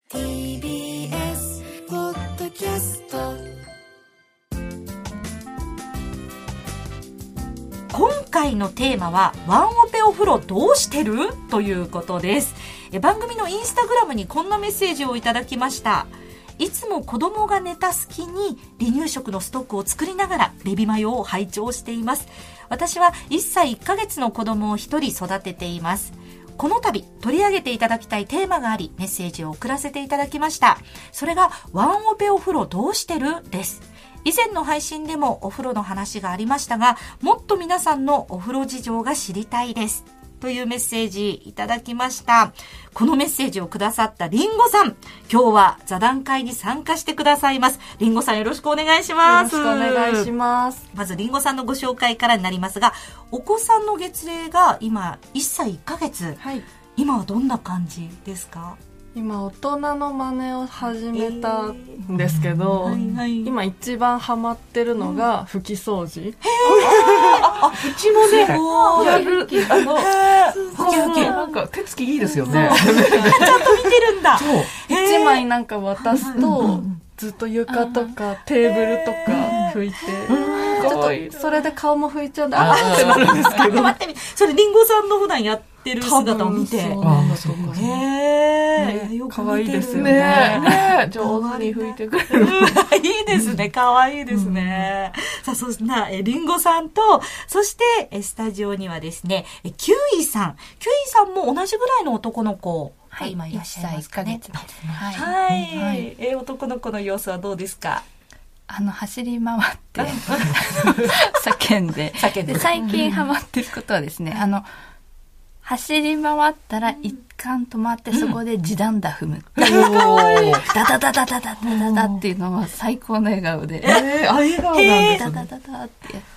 TBS ポッドキャスト。今回のテーマはワンオペお風呂どうしてるということです。番組のインスタグラムにこんなメッセージをいただきました。いつも子供が寝た隙に離乳食のストックを作りながらベビマヨを拝聴しています。私は1歳1ヶ月の子供を1人育てています。この度取り上げていただきたいテーマがありメッセージを送らせていただきました。それがワンオペお風呂どうしてるです。以前の配信でもお風呂の話がありましたが、もっと皆さんのお風呂事情が知りたいですというメッセージいただきました。このメッセージをくださったりんごさん、今日は座談会に参加してくださいます。りんごさんよろしくお願いします。 よろしくお願いします。 まずりんごさんのご紹介からになりますが、お子さんの月齢が今1歳1ヶ月、 はい、 今はどんな感じですか？ 今大人の真似を始めたんですけど、今一番ハマってるのが拭き掃除。 うちもねやるなんか手つきいいですよね。 ちゃんと見てるんだ。 一枚なんか渡すとずっと床とかテーブルとか拭いて、ちょっとそれで顔も拭いちゃうんでってなるんですけど、 それりんごさんの普段やってる姿を見て、 可愛いですよね。 上手に拭いてくれる。 いいですね、可愛いですね。さあ、そんなりんごさんと、そしてスタジオにはですね、キュウイさんも同じぐらいの男の子が今いらっしゃいますかね。 1歳1ヶ月ですね。 はい。男の子の様子はどうですか？ 走り回って叫んでで最近ハマってることはですね、走り回ったら一貫止まって、そこで地団打踏む。ダダダダダダダダダっていうのは最高の笑顔で。 笑顔なんですダダダダってやって。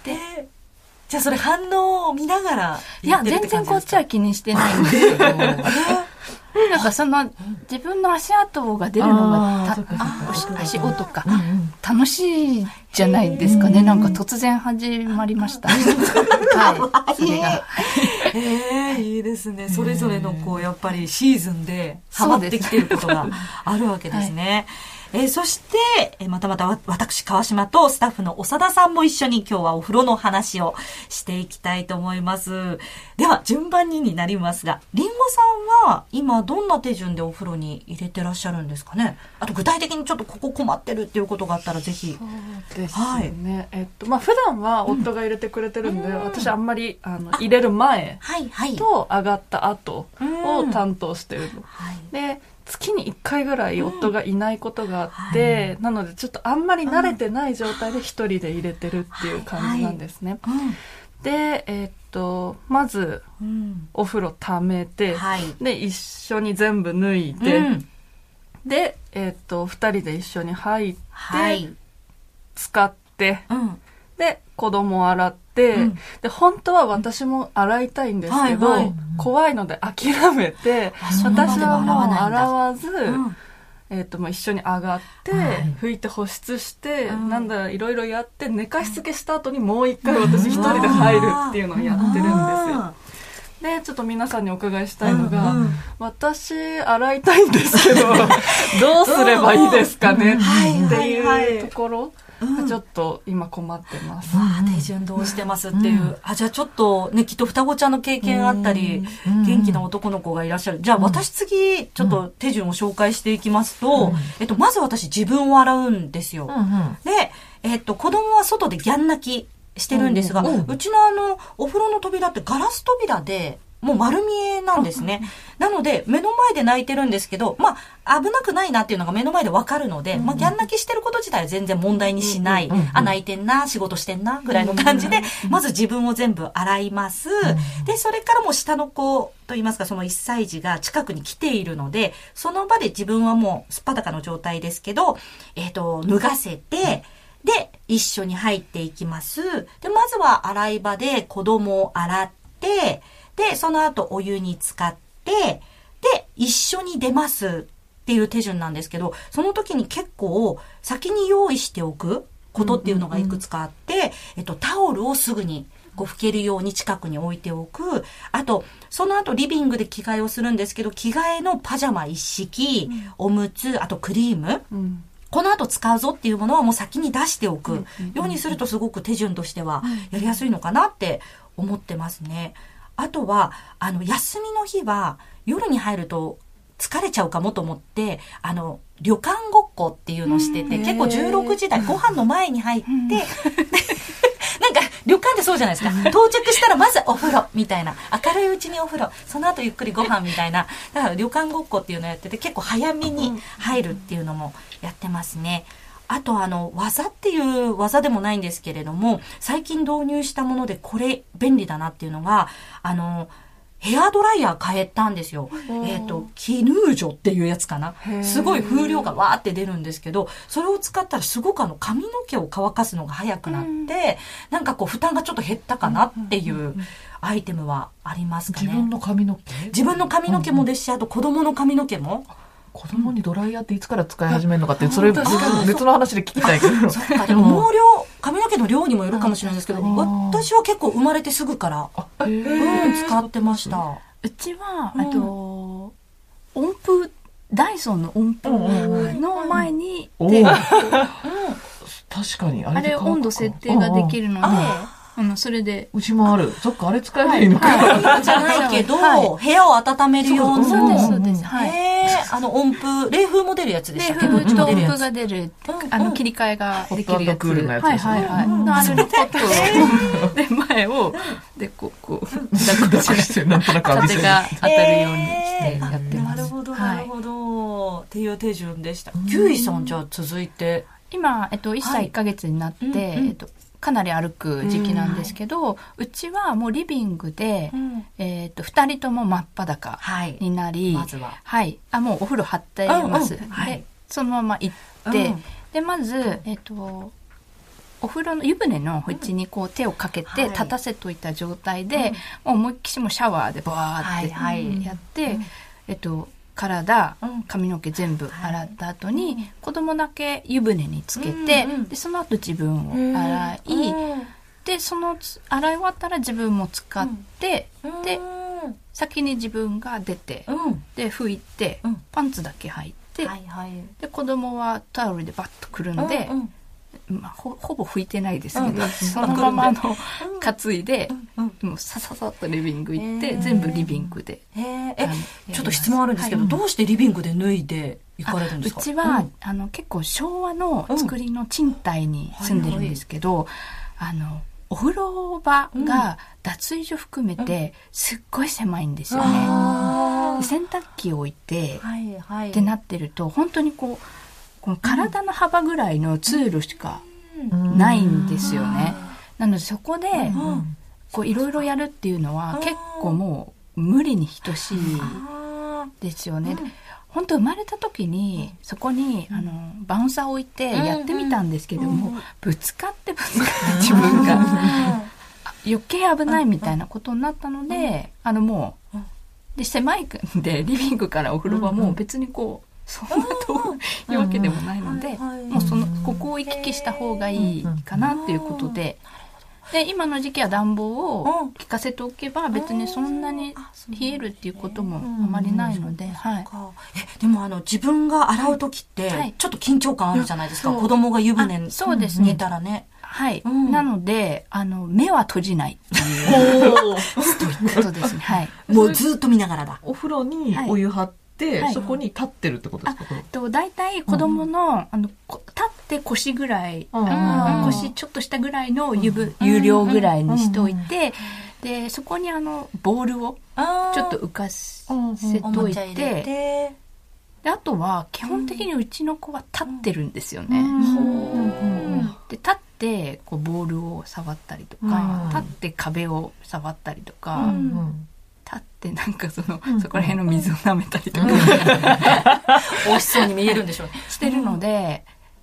じゃあそれ反応を見ながらやってるって感じですか？いや、全然こっちは気にしてないんですけど。なんか自分の足跡が出るのが足音か楽しいじゃないですかね。なんか突然始まりました。はい、それが。 いいですね。それぞれのやっぱりシーズンでハマってきていることがあるわけですね。そしてまた私川島とスタッフの長田さんも一緒に今日はお風呂の話をしていきたいと思います。では順番になりますが、りんごさんは今どんな手順でお風呂に入れてらっしゃるんですかね。あと具体的にちょっとここ困ってるっていうことがあったらぜひ。 そうですね。普段は夫が入れてくれてるんで、私あんまり入れる前と上がった後を担当してるの。で月に1回ぐらい夫がいないことがあって、なのでちょっとあんまり慣れてない状態で一人で入れてるっていう感じなんですね。で、まず、お風呂溜めて、で一緒に全部脱いで、で、2人で一緒に入って、使って、で子供洗って、で本当は私も洗いたいんですけど、怖いので諦めて、私はもう洗わず、一緒に上がって、拭いて保湿して、いろいろやって寝かしつけした後にもう一回私一人で入るっていうのをやってるんですよ。でちょっと皆さんにお伺いしたいのが、私洗いたいんですけどどうすればいいですかねっていうところちょっと今困ってます。 手順どうしてますっていう。じゃあちょっとね、きっと双子ちゃんの経験あったり、元気な男の子がいらっしゃる。じゃあ私次ちょっと手順を紹介していきますと、まず私自分を洗うんですよ。で、子供は外でギャン泣きしてるんですが、うちのお風呂の扉ってガラス扉でもう丸見えなんですね。なので目の前で泣いてるんですけど、危なくないなっていうのが目の前でわかるので、ギャン泣きしてること自体は全然問題にしない。泣いてんな、仕事してんなぐらいの感じで、まず自分を全部洗います。でそれからもう下の子といいますか、その1歳児が近くに来ているので、その場で自分はもうすっぱだかの状態ですけど、脱がせて、で一緒に入っていきます。でまずは洗い場で子供を洗って、でその後お湯に浸かって、で一緒に出ますっていう手順なんですけど、その時に結構先に用意しておくことっていうのがいくつかあって、タオルをすぐにこう拭けるように近くに置いておく。あと、その後リビングで着替えをするんですけど、着替えのパジャマ一式、おむつ、あとクリーム。この後使うぞっていうものはもう先に出しておくようにするとすごく手順としてはやりやすいのかなって思ってますね。あとは、休みの日は夜に入ると疲れちゃうかもと思って、旅館ごっこっていうのをしてて、結構16時台、ご飯の前に入って、なんか旅館ってそうじゃないですか。到着したらまずお風呂みたいな。明るいうちにお風呂。その後ゆっくりご飯みたいな。だから旅館ごっこっていうのをやってて、結構早めに入るっていうのもやってますね。あと技っていう技でもないんですけれども、最近導入したものでこれ便利だなっていうのが、ヘアドライヤー変えたんですよ。キヌージョっていうやつかな。すごい風量がわーって出るんですけど、それを使ったらすごく髪の毛を乾かすのが早くなって、なんかこう負担がちょっと減ったかなっていうアイテムはありますかね。 自分の髪の毛？ 自分の髪の毛もですし、あと子供の髪の毛も。 子供にドライヤーっていつから使い始めるのかって、それ別の話で聞きたいけど。 そっか、でも毛量、髪の毛の量にもよるかもしれないですけど、私は結構生まれてすぐから使ってました。 うちは音符、ダイソンの音符の前に確かにあれ温度設定ができるので、それで。 うちもある。そっか、あれ使えばいいのか。 じゃないけど、部屋を温める用の。 そうです。 音符、冷風も出るやつでしたっけ？ 冷風と音符が出る、切り替えができるやつ。 クールなやつですね。 あれのポットで前を、で、こう、 抱っこして、なんとなく風が当たるようにしてやってます。 なるほど、なるほど。っていう手順でした。キウイさん、じゃあ続いて。 今、1歳1ヶ月になって、かなり歩く時期なんですけど、うちはもうリビングで、2人とも真っ裸になり、 まずは。 もうお風呂張っています。で、そのまま行って、で、まず、お風呂の湯船の縁にこう手をかけて立たせといた状態で、もう思いっきしもシャワーでバーってやって、体、髪の毛全部洗った後に、子供だけ湯船につけて、でその後自分を洗い、でその洗い終わったら自分も使って、で先に自分が出て、で拭いて、パンツだけ履いて、で子供はタオルでバッとくるんで、ほぼ拭いてないですけど、そのまま担いで、もうさささっとリビング行って、全部リビングで。 ちょっと質問あるんですけど、どうしてリビングで脱いで行かれるんですか？ うちは、結構昭和の作りの賃貸に住んでるんですけど、お風呂場が脱衣所含めてすっごい狭いんですよね。洗濯機を置いて、ってなってると、本当にこの体の幅ぐらいの通路しかないんですよね。なのでそこでいろいろやるっていうのは結構もう無理に等しいですよね。本当生まれた時にそこにバウンサーを置いてやってみたんですけども、ぶつかって自分が余計危ないみたいなことになったので、もうで狭いんでリビングからお風呂場も別にそんな遠いわけでもないので、もうここを行き来した方がいいかなっていうことで、で今の時期は暖房を効かせておけば別にそんなに冷えるっていうこともあまりないので、 でも自分が洗う時ってちょっと緊張感あるじゃないですか、子供が湯船にいたらね。 なので目は閉じないっていうことですね。 もうずっと見ながらだ。 お風呂にお湯張って、そこに立ってるってことですか？ だいたい子供の立って腰ぐらい、腰ちょっとしたぐらいの湯量ぐらいにしておいて、でそこにボールをちょっと浮かせといて、であとは基本的にうちの子は立ってるんですよね。で立ってボールを触ったりとか、立って壁を触ったりとか、立ってなんかそこら辺の水を舐めたりとか美味しそうに見えるんでしょうね。 してるので、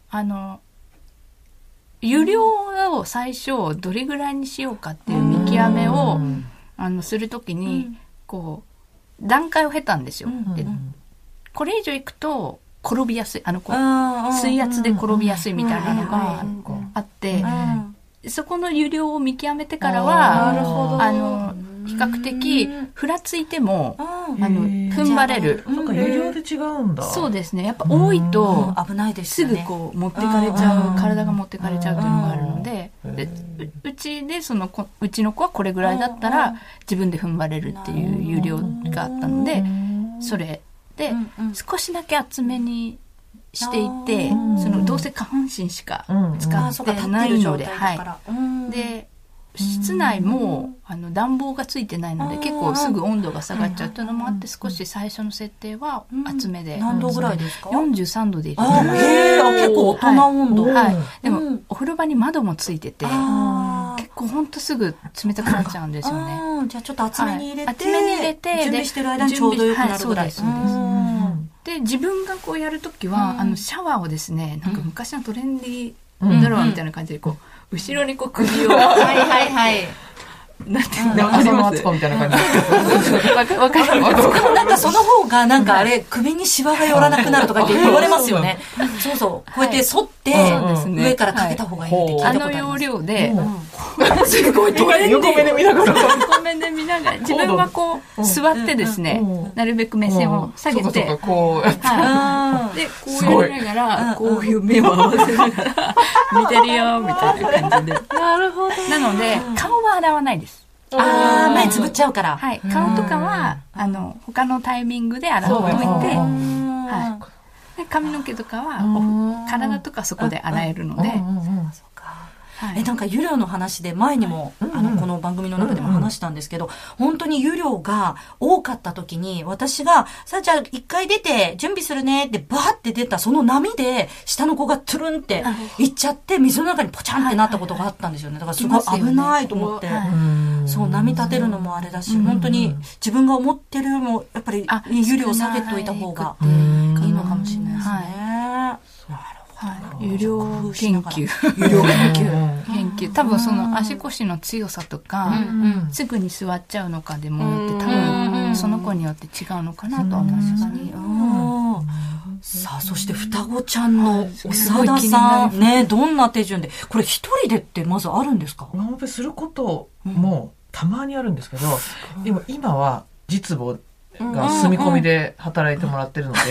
湯量を最初どれぐらいにしようかっていう見極めをするときに段階を経たんですよ。でこれ以上いくと転びやすい水圧で転びやすいみたいなのがあって、 そこの湯量を見極めてからは、比較的、ふらついても、踏ん張れる。 そうか、湯量で違うんだ。 そうですね。やっぱ多いと、 危ないですよね。 すぐこう、持ってかれちゃう、体が持ってかれちゃうっていうのがあるので、うちで、うちの子はこれぐらいだったら、自分で踏ん張れるっていう湯量があったので、それで、少しだけ厚めにしていて、どうせ下半身しか使ってないので、はい。で、室内も暖房がついてないので結構すぐ温度が下がっちゃうというのもあって少し最初の設定は厚めで、 何度ぐらいですか ？43度で入れてます。 結構大人温度、 はい、でもお風呂場に窓もついてて結構ほんとすぐ冷たくなっちゃうんですよね。 じゃあちょっと厚めに入れて、 厚めに入れて準備してる間にちょうどよくなるぐらい。 そうです。で自分がこうやるときはシャワーをですね、なんか昔のトレンディードラマみたいな感じでこう後ろにこう首をなんていうの、 浅野敦子みたいな感じわかります。 なんかその方がなんかあれ首にシワが寄らなくなるとかって言われますよね。そうそう。こうやって反って上からかけた方がいいって聞いたことあります。 要領で、 すごいトレンディー。 横目で見ながら。 横目で見ながら自分はこう座ってですね、なるべく目線を下げて、 こうやって、 でこうやりながらこういう目を合わせながら見てるよみたいな感じで。 なるほど。 なので顔は洗わないです。 目つぶっちゃうから。 はい。顔とかは他のタイミングで洗っておいて、はい。で髪の毛とかは体とかそこで洗えるので。 なんか湯量の話で前にも、この番組の中でも話したんですけど、本当に湯量が多かった時に私がさあじゃあ一回出て準備するねってバーって出たその波で下の子がトゥルンって行っちゃって水の中にポチャンってなったことがあったんですよね。だからすごい危ないと思って、そう波立てるのもあれだし、本当に自分が思ってるよりもやっぱり湯量下げといた方がいいのかもしれないですね。 湯量研究多分その足腰の強さとか、すぐに座っちゃうのかでもよって多分その子によって違うのかなと思います。 さあそして双子ちゃんの長田さんね、どんな手順でこれ一人でってまずあるんですか？ ワンオペすることもたまにあるんですけど、でも今は実母が住み込みで働いてもらってるので、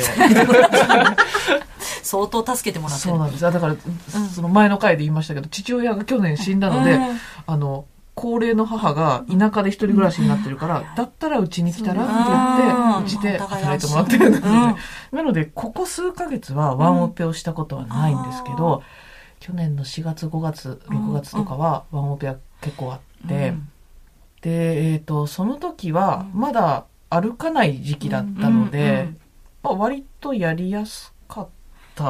相当助けてもらってる。 そうなんです。だからその前の回で言いましたけど、父親が去年死んだので、高齢の母が田舎で一人暮らしになってるから、だったらうちに来たらって言って、うちで働いてもらってるんですね。なのでここ数ヶ月はワンオペをしたことはないんですけど、去年の4月5月6月とかはワンオペは結構あって、でその時はまだ歩かない時期だったので、割とやりやすかった。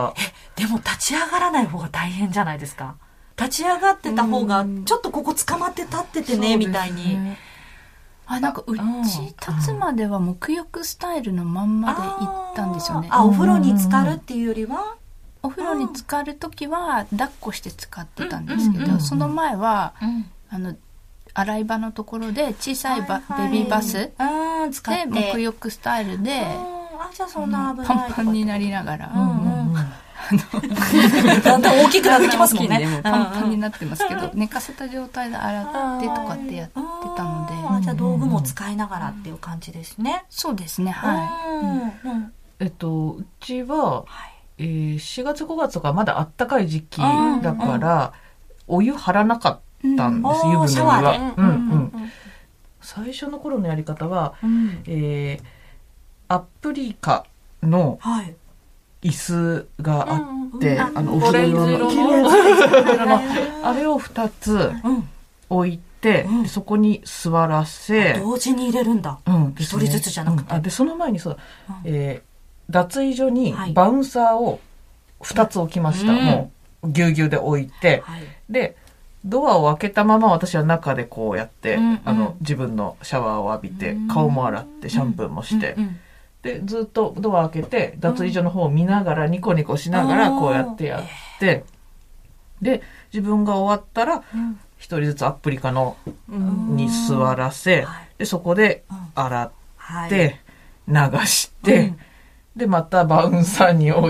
でも立ち上がらない方が大変じゃないですか？立ち上がってた方がちょっとここ捕まって立っててねみたいに。 なんかうち立つまでは沐浴スタイルのまんまで行ったんですよね。 お風呂に浸かるっていうよりは、 お風呂に浸かる時は抱っこして使ってたんですけど、その前は洗い場のところで小さいベビーバスで沐浴スタイルでパンパンになりながら、 だんだん大きくなってきますもんね。 パンパンになってますけど、寝かせた状態で洗ってとかってやってたので、 じゃあ道具も使いながらっていう感じですね。 そうですね。はい。 うちは4月5月とかまだあったかい時期だからお湯張らなかったんです、湯船には。最初の頃のやり方は、アプリカの椅子があって、お風呂用のあれを2つ置いて、そこに座らせ、 同時に入れるんだ。一人ずつじゃなくて。 でその前に脱衣所にバウンサーを2つ置きました。もうぎゅうぎゅうで置いて、でドアを開けたまま私は中でこうやって、自分のシャワーを浴びて顔も洗ってシャンプーもして、でずっとドア開けて脱衣所の方を見ながらニコニコしながらこうやってやって、で自分が終わったら一人ずつアプリカのに座らせ、でそこで洗って流して、でまたバウンサーに置いて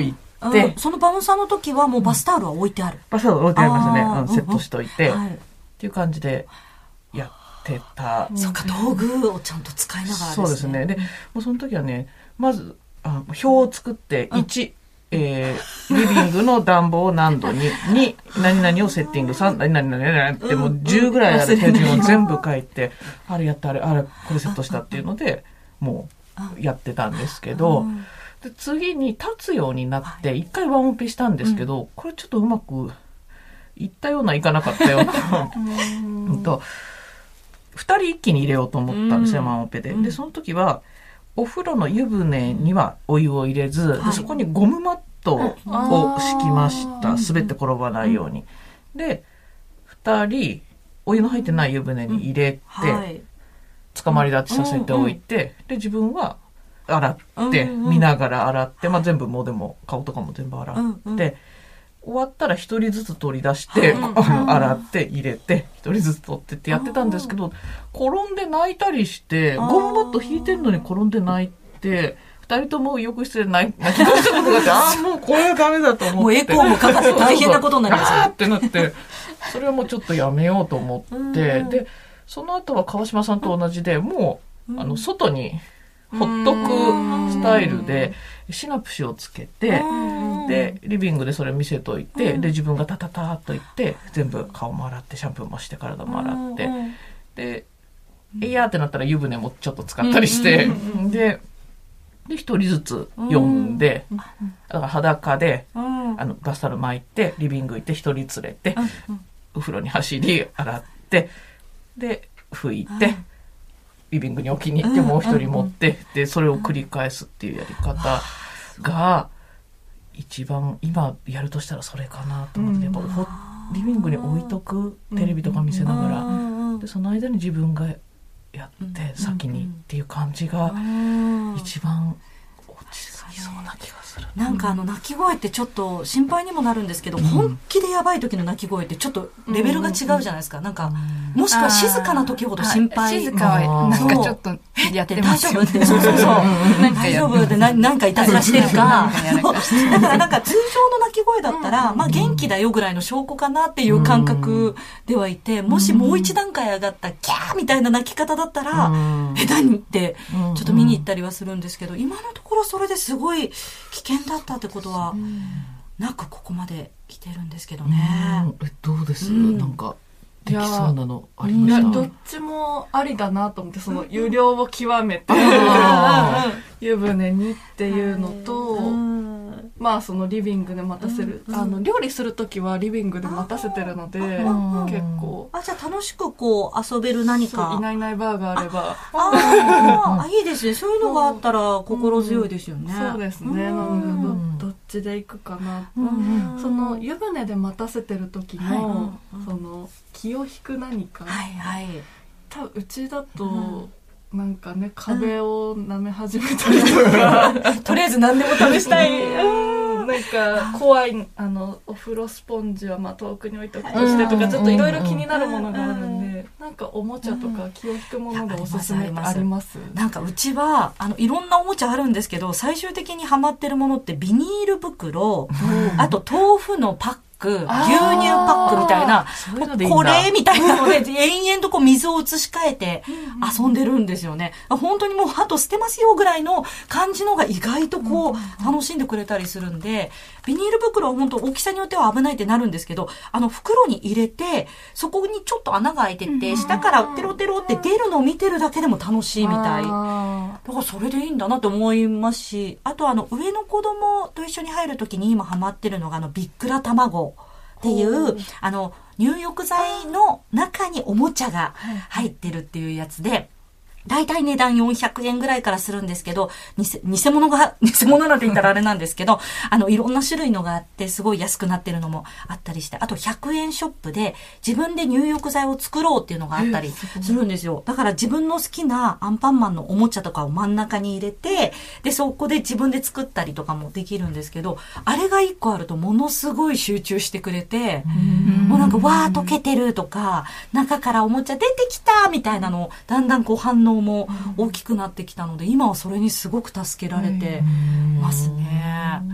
て、 そのバウンサーの時はもうバスタオルは置いてある。 バスタオル置いてありましたね。セットしといて、っていう感じでやってた。 そうか、道具をちゃんと使いながらですね。 そうですね。で、もうその時はね、まず表を作って、1、リビングの暖房を何度に、2、何々をセッティング、3、何々ってもう10ぐらいある手順を全部書いて、あれやった、あれ、これセットしたっていうので、もうやってたんですけど、で次に立つようになって、一回ワンオペしたんですけど、これちょっとうまくいったような、いかなかったような、2人一気に入れようと思ったんですよ、ワンオペで。で、その時は、お風呂の湯船にはお湯を入れず、でそこにゴムマットを敷きました。滑って転ばないように。で、2人、お湯の入ってない湯船に入れて、捕まり立ちさせておいて、で、自分は洗って、見ながら洗って、まあ全部もうでも顔とかも全部洗って、終わったら一人ずつ取り出して、洗って入れて、一人ずつ取ってってやってたんですけど、転んで泣いたりして、ゴムバット引いてんのに転んで泣いて、二人とも浴室で泣き出したことがあって、もうこれはダメだと思って。 もうエコーもかかって大変なことになりますよ。 ってなって、それはもうちょっとやめようと思って、で、その後は川島さんと同じで、もう、外に、ほっとくスタイルでシナプシをつけて、でリビングでそれ見せといて、で自分がタタターっといって全部顔も洗ってシャンプーもして体も洗って、でいやーってなったら湯船もちょっと使ったりして、で一人ずつ読んで、だから裸でバスタオル巻いてリビング行って一人連れて、お風呂に走り洗ってで拭いて。リビングに置きに行ってもう一人持って、でそれを繰り返すっていうやり方が一番今やるとしたらそれかなと思って、やっぱリビングに置いとく、テレビとか見せながら、でその間に自分がやって先にっていう感じが一番落ち着きそうな気がする。 なんか鳴き声ってちょっと心配にもなるんですけど、本気でやばい時の鳴き声ってちょっとレベルが違うじゃないですか。なんかもしくは静かな時ほど心配。 静かはなんかちょっとやってますよ。 大丈夫って、そう大丈夫ってなんかいたずらしてるか。だからなんか通常の鳴き声だったら、まあ元気だよぐらいの証拠かなっていう感覚ではいて、もしもう一段階上がったキャーみたいな鳴き方だったら、下手にってちょっと見に行ったりはするんですけど、今のところそれですごい危険だったってことはなくここまで来てるんですけどね。 どうです？なんかできそうなのありました？ どっちもありだなと思って、その湯量を極めて湯船にっていうのと、まあそのリビングで待たせる、料理するときはリビングで待たせてるので、結構じゃあ楽しくこう遊べる何かいないいないバーがあればいいですね。そういうのがあったら心強いですよね。 そうですね。なのでどっちで行くかな。その湯船で待たせてる時のその気を引く何か、多分うちだとなんかね、壁を舐め始めたりとか、 とりあえず何でも試したい。 なんか怖いお風呂スポンジはまあ遠くに置いとくとしてとか、ちょっといろいろ気になるものがあるんで、なんかおもちゃとか気を引くものがおすすめってあります？ なんかうちはいろんなおもちゃあるんですけど、最終的にハマってるものってビニール袋、あと豆腐のパック、牛乳パックみたいな、これみたいなので延々とこう水を移し替えて遊んでるんですよね。本当にもうあと捨てますよぐらいの感じのが意外とこう楽しんでくれたりするんで、ビニール袋は本当大きさによっては危ないってなるんですけど、袋に入れてそこにちょっと穴が開いてて、下からテロテロって出るのを見てるだけでも楽しいみたい。だからそれでいいんだなと思いますし、あと上の子供と一緒に入るときに今ハマってるのがビックラ卵っていう入浴剤の中におもちゃが入ってるっていうやつで、だいたい値段400円ぐらいからするんですけど、偽物なんて言ったらあれなんですけど、いろんな種類のがあって、すごい安くなってるのもあったりして、あと100円ショップで自分で入浴剤を作ろうっていうのがあったりするんですよ。だから自分の好きなアンパンマンのおもちゃとかを真ん中に入れて、で、そこで自分で作ったりとかもできるんですけど、あれが1個あるとものすごい集中してくれて、もうなんかわー溶けてるとか、中からおもちゃ出てきたみたいなのをだんだんこう反応も大きくなってきたので、今はそれにすごく助けられてますね。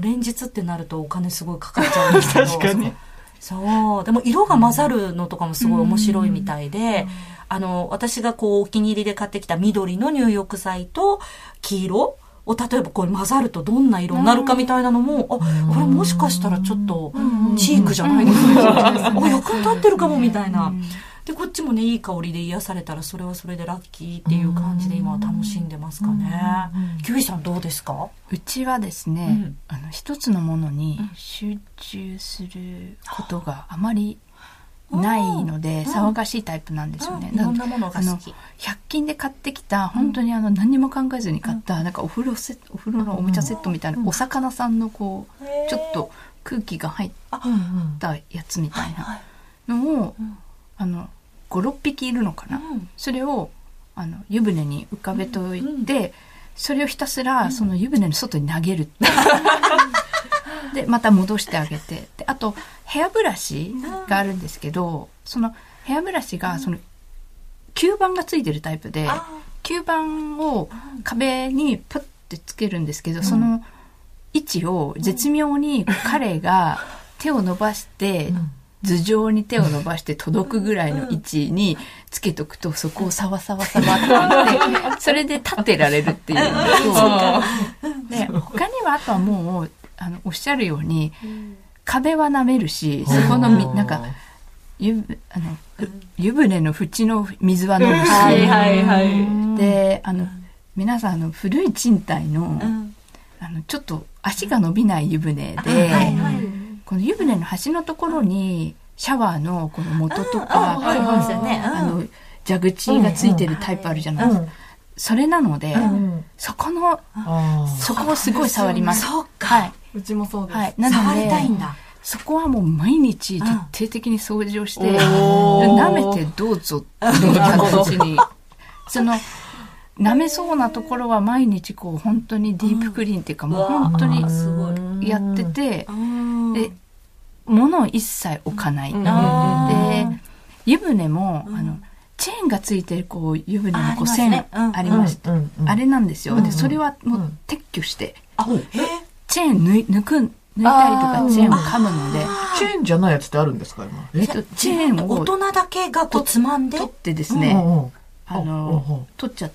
連日ってなるとお金すごいかかっちゃうんですけど確かに。 そう。でも色が混ざるのとかもすごい面白いみたいで、私がこうお気に入りで買ってきた緑の入浴剤と黄色を例えばこれ混ざるとどんな色になるかみたいなのも、これもしかしたらちょっとチークじゃないですか。役に立ってるかもみたいな。で、こっちもね、いい香りで癒されたら、それはそれでラッキーっていう感じで今は楽しんでますかね。キュウイさんどうですか？ うちはですね、一つのものに集中することがあまりないので、騒がしいタイプなんですよね。 いろんなものが好き。 100均で買ってきた、本当に何にも考えずに買った、なんかお風呂のおもちゃセットみたいな、お魚さんのこう、ちょっと空気が入ったやつみたいなのを、5、6匹いるのかな、それを湯船に浮かべといて、それをひたすらその湯船の外に投げるでまた戻してあげて、であとヘアブラシがあるんですけど、そのヘアブラシがその吸盤がついてるタイプで、吸盤を壁にプッてつけるんですけど、その位置を絶妙に彼が手を伸ばして頭上に手を伸ばして届くぐらいの位置につけとくと、そこをサワサワサワって言って、それで立ってられるっていうので、他にはあとはもうおっしゃるように壁は舐めるし、そこのなんか湯船の縁の水は飲むし、で皆さん古い賃貸のちょっと足が伸びない湯船で、この湯船の端のところにシャワーのこの元とか、蛇口がついてるタイプあるじゃないですか。それなので、そこをすごい触ります。 そうか。 うちもそうです。 なので、 触りたいんだ。 そこはもう毎日徹底的に掃除をして、舐めてどうぞっていう形に、舐めそうなところは毎日こう本当にディープクリーンっていうか、もう本当にやってて、で物を一切置かない。で湯船もチェーンがついてるこう湯船のこう線ありまして、あれなんですよ。でそれはもう撤去して、チェーン抜いたりとかチェーンを噛むので。 チェーンじゃないやつってあるんですか今？ チェーンを大人だけがこうつまんで取ってですね、取っちゃって、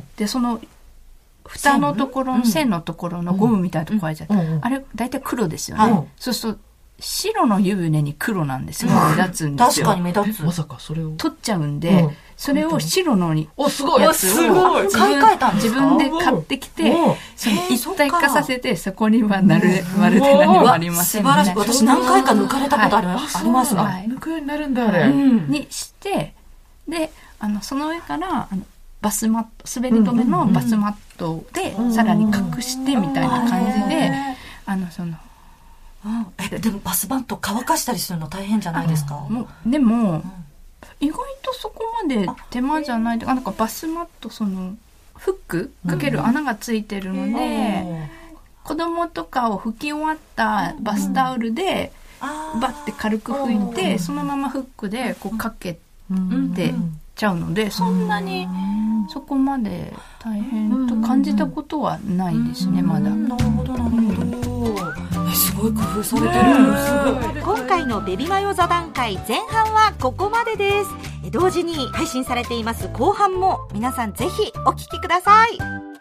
でその蓋のところの線のところのゴムみたいなところあるじゃん、あれ大体黒ですよね、そうすると白の湯船に黒なんですよ、目立つんですよ。 確かに目立つ。 まさかそれを取っちゃうんで、それを白のにすごいやつを買い替えたんですか？ 自分で買ってきて、その一体化させて、そこにはまるで何もありませんみたいな。 素晴らしい。私何回か抜かれたことありますが、 抜くようになるんだあれ、 にして、でその上からバスマット、滑り止めのバスマットでさらに隠してみたいな感じで、 でもバスマット乾かしたりするの大変じゃないですか？ でも意外とそこまで手間じゃない。なんかバスマットフックかける穴がついてるので、子供とかを拭き終わったバスタオルでバッて軽く拭いて、そのままフックでこうかけてちゃうので、そんなにそこまで大変と感じたことはないですね、まだ。 なるほどなるほど。すごい工夫されてる。 今回のベビマヨ座談会前半はここまでです。同時に配信されています後半も皆さんぜひお聞きください。